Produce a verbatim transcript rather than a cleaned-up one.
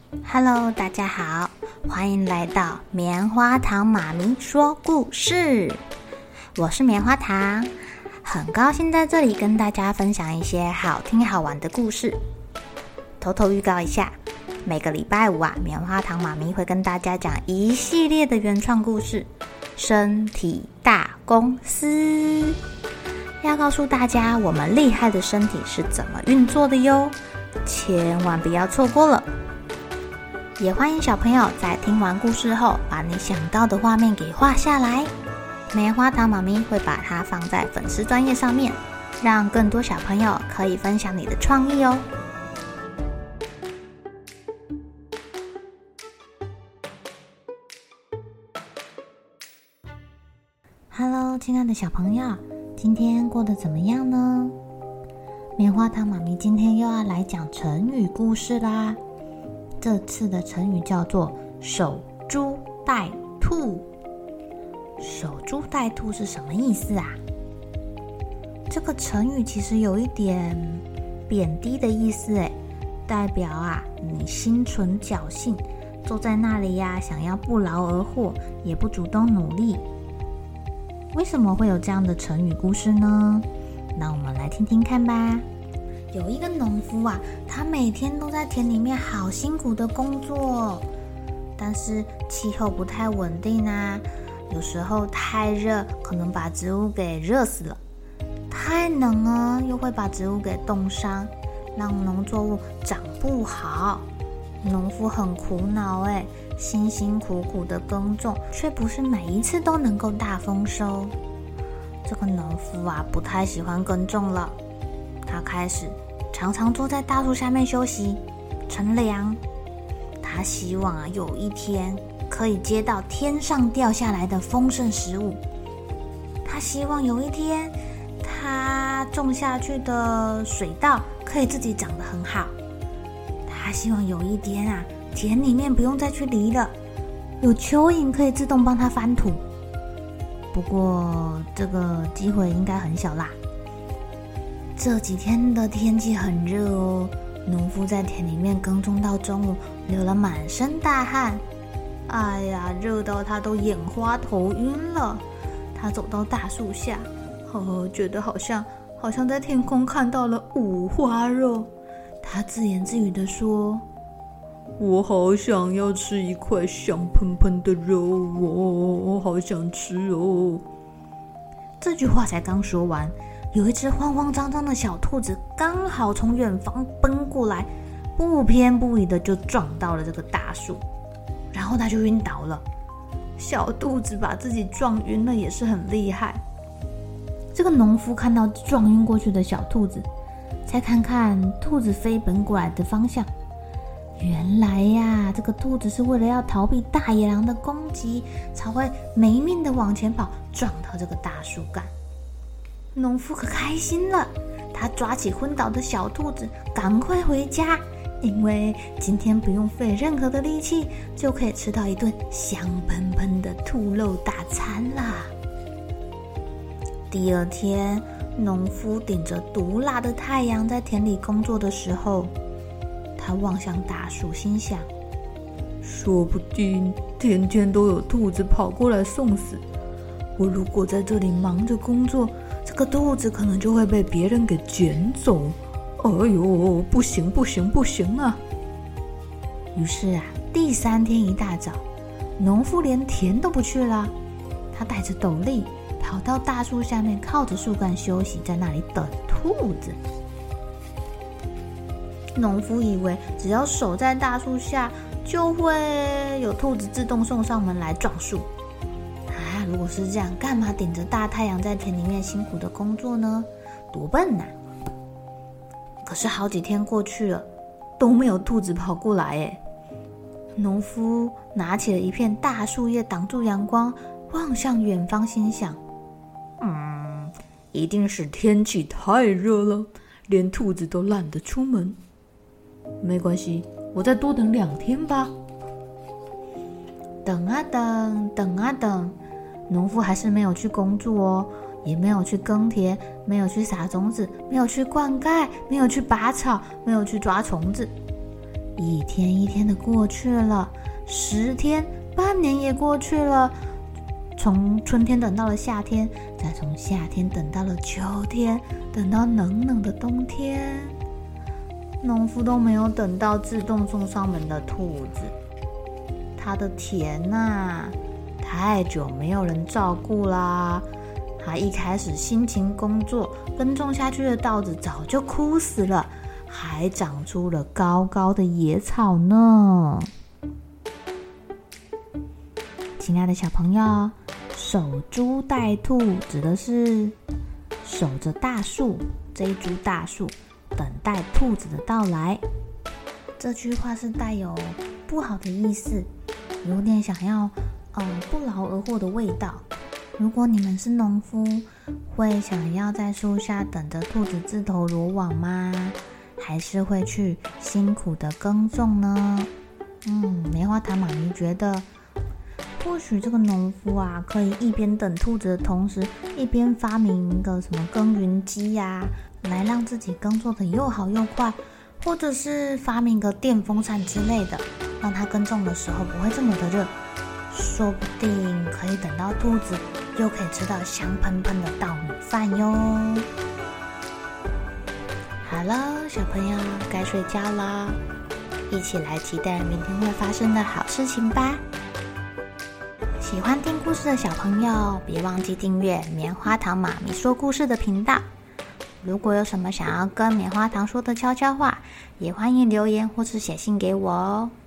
Hello， 大家好，欢迎来到棉花糖妈咪说故事。我是棉花糖，很高兴在这里跟大家分享一些好听好玩的故事。偷偷预告一下，每个礼拜五啊，棉花糖妈咪会跟大家讲一系列的原创故事。身体大公司要告诉大家我们厉害的身体是怎么运作的哟，千万不要错过了。也欢迎小朋友在听完故事后，把你想到的画面给画下来。棉花糖妈咪会把它放在粉丝专页上面，让更多小朋友可以分享你的创意哦。Hello， 亲爱的小朋友，今天过得怎么样呢？棉花糖妈咪今天又要来讲成语故事啦。这次的成语叫做守株待兔。守株待兔是什么意思啊？这个成语其实有一点贬低的意思诶，代表啊你心存侥幸，坐在那里呀、啊，想要不劳而获，也不主动努力。为什么会有这样的成语故事呢？那我们来听听看吧。有一个农夫啊，他每天都在田里面好辛苦的工作，但是气候不太稳定啊，有时候太热可能把植物给热死了，太冷啊又会把植物给冻伤，让农作物长不好。农夫很苦恼诶，辛辛苦苦的耕种，却不是每一次都能够大丰收。这个农夫啊，不太喜欢耕种了，他开始常常坐在大树下面休息乘凉。他希望啊，有一天可以接到天上掉下来的丰盛食物。他希望有一天他种下去的水稻可以自己长得很好。他希望有一天啊，田里面不用再去犁了，有蚯蚓可以自动帮他翻土。不过这个机会应该很小啦。这几天的天气很热哦，农夫在田里面耕种到中午，流了满身大汗。哎呀，热到他都眼花头晕了。他走到大树下，哦，觉得好像好像在天空看到了五花肉。他自言自语地说：我好想要吃一块香喷喷的肉哦，我好想吃哦。这句话才刚说完，有一只慌慌张张的小兔子刚好从远方奔过来，不偏不倚的就撞到了这个大树，然后它就晕倒了。小兔子把自己撞晕了也是很厉害。这个农夫看到撞晕过去的小兔子，再看看兔子飞奔过来的方向，原来呀，这个兔子是为了要逃避大野狼的攻击，才会没命的往前跑，撞到这个大树干。农夫可开心了，他抓起昏倒的小兔子，赶快回家，因为今天不用费任何的力气，就可以吃到一顿香喷喷的兔肉大餐啦。第二天，农夫顶着毒辣的太阳在田里工作的时候，他望向大树，心想：说不定天天都有兔子跑过来送死，我如果在这里忙着工作，这个兔子可能就会被别人给捡走。哎呦，不行不行不行啊！于是啊，第三天一大早，农夫连田都不去了，他带着斗笠跑到大树下面，靠着树干休息，在那里等兔子。农夫以为只要守在大树下，就会有兔子自动送上门来撞树。啊，如果是这样，干嘛顶着大太阳在田里面辛苦的工作呢？多笨啊！可是好几天过去了，都没有兔子跑过来耶。农夫拿起了一片大树叶挡住阳光，望向远方，心想：嗯，一定是天气太热了，连兔子都懒得出门。没关系，我再多等两天吧。等啊等，等啊等，农夫还是没有去工作哦，也没有去耕田，没有去撒种子，没有去灌溉，没有去拔草，没有去抓虫子。 一天一天的过去了，十天，半年也过去了。从春天等到了夏天，再从夏天等到了秋天，等到冷冷的冬天。农夫都没有等到自动送上门的兔子。他的田啊，太久没有人照顾啦。他一开始辛勤工作，耕种下去的稻子早就枯死了，还长出了高高的野草呢。亲爱的小朋友，守株待兔指的是守着大树，这一株大树等待兔子的到来。这句话是带有不好的意思，有点想要嗯不劳而获的味道。如果你们是农夫，会想要在树下等着兔子自投罗网吗？还是会去辛苦的耕种呢？嗯，棉花糖妈咪觉得，或许这个农夫啊，可以一边等兔子的同时，一边发明一个什么耕耘机呀、啊，来让自己耕作的又好又快，或者是发明个电风扇之类的，让它耕种的时候不会这么的热，说不定可以等到兔子又可以吃到香喷喷的稻米饭哟。好了，小朋友该睡觉啦，一起来期待明天会发生的好事情吧。喜欢听故事的小朋友，别忘记订阅棉花糖妈咪说故事的频道。如果有什么想要跟棉花糖说的悄悄话，也欢迎留言或是写信给我哦。